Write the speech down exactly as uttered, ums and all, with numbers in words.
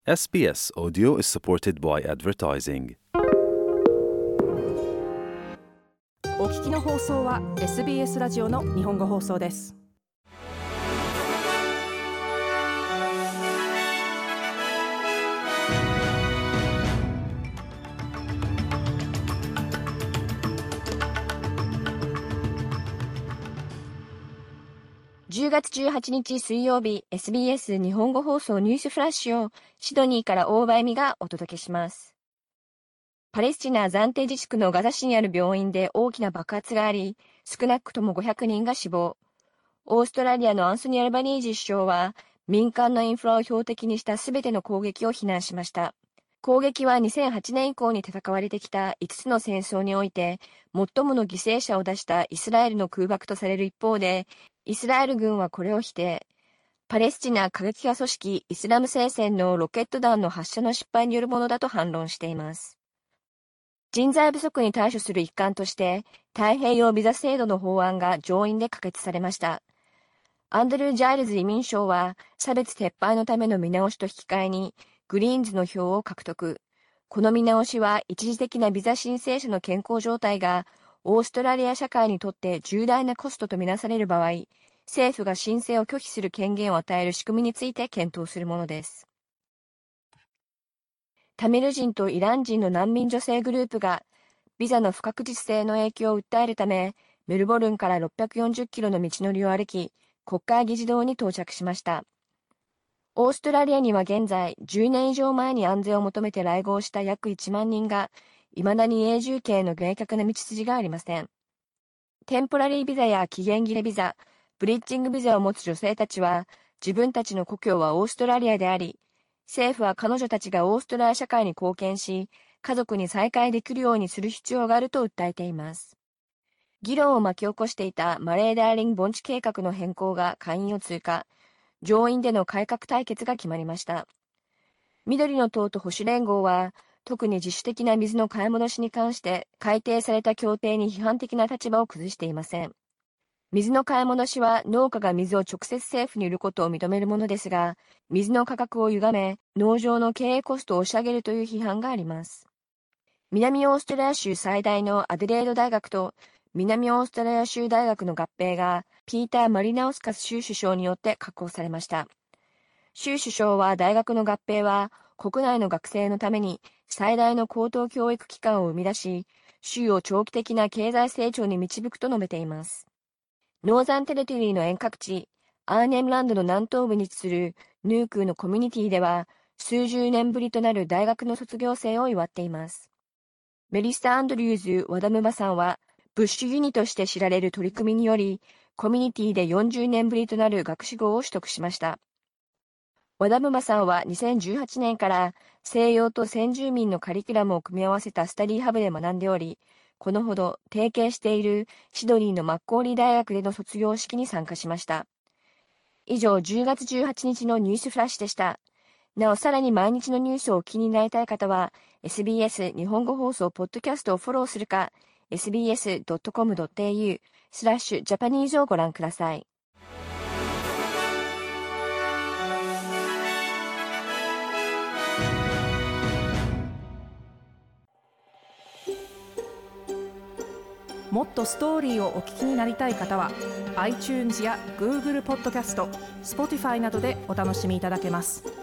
エスビーエス Audio is supported by advertising. お聞きの放送は エスビーエス ラジオの日本語放送です。 じゅうがつじゅうはちにち水曜日、 エスビーエス 日本語放送ニュースフラッシュをシドニーから大場恵美がお届けします。パレスチナ暫定自治区のガザ市にある病院で大きな爆発があり、少なくともごひゃくにんが死亡。オーストラリアのアンソニー・アルバニージー首相は、民間のインフラを標的にしたすべての攻撃を非難しました。攻撃はにせんはちねん以降に戦われてきたいつつの戦争において、最もの犠牲者を出したイスラエルの空爆とされる一方で、イスラエル軍はこれを否定。パレスチナ過激派組織イスラム聖戦のロケット弾の発射の失敗によるものだと反論しています。人材不足に対処する一環として、太平洋ビザ制度の法案が上院で可決されました。アンドルー・ジャイルズ移民相は、差別撤廃のための見直しと引き換えに、グリーンズの票を獲得。この見直しは、一時的なビザ申請者の健康状態が、オーストラリア社会にとって重大なコストとみなされる場合、政府が申請を拒否する権限を与える仕組みについて検討するものです。タミル人とイラン人の難民女性グループが、ビザの不確実性の影響を訴えるため、メルボルンからろっぴゃくよんじゅっキロの道のりを歩き、国会議事堂に到着しました。オーストラリアには現在、じゅうねん以上前に安全を求めて来合した約いちまんにんが、未だに永住権への厳格な道筋がありません。テンポラリービザや期限切れビザ、ブリッジングビザを持つ女性たちは、自分たちの故郷はオーストラリアであり、政府は彼女たちがオーストラリア社会に貢献し、家族に再会できるようにする必要があると訴えています。議論を巻き起こしていたマレー・ダーリン盆地計画の変更が下院を通過、上院での改革対決が決まりました。緑の党と保守連合は、特に自主的な水の買い戻しに関して改定された協定に批判的な立場を崩していません。水の買い戻しは農家が水を直接政府に売ることを認めるものですが、水の価格を歪め、農場の経営コストを押し上げるという批判があります。南オーストラリア州最大のアデレード大学と南オーストラリア州大学の合併がピーター・マリナウスカス州首相によって確保されました。州首相は大学の合併は国内の学生のために最大の高等教育機関を生み出し、州を長期的な経済成長に導くと述べています。ノーザンテリトリーの遠隔地、アーネムランドの南東部に位置するヌークーのコミュニティでは、数十年ぶりとなる大学の卒業生を祝っています。メリッサ・アンドリューズ・ワダムバさんは、ブッシュユニとして知られる取り組みにより、コミュニティでよんじゅうねんぶりとなる学士号を取得しました。ワダムバさんはにせんじゅうはちねんから西洋と先住民のカリキュラムを組み合わせたスタディハブで学んでおり、このほど提携しているシドニーのマッコーリー大学での卒業式に参加しました。以上、じゅうがつじゅうはちにちのニュースフラッシュでした。なお、さらに毎日のニュースをお聞きになりたい方は、エスビーエス 日本語放送ポッドキャストをフォローするか、エスビーエスドットコムドットエーユー スラッシュジャパニーズをご覧ください。 もっとストーリーをお聞きになりたい方は iTunes や Google ポッドキャスト、Spotify などでお楽しみいただけます。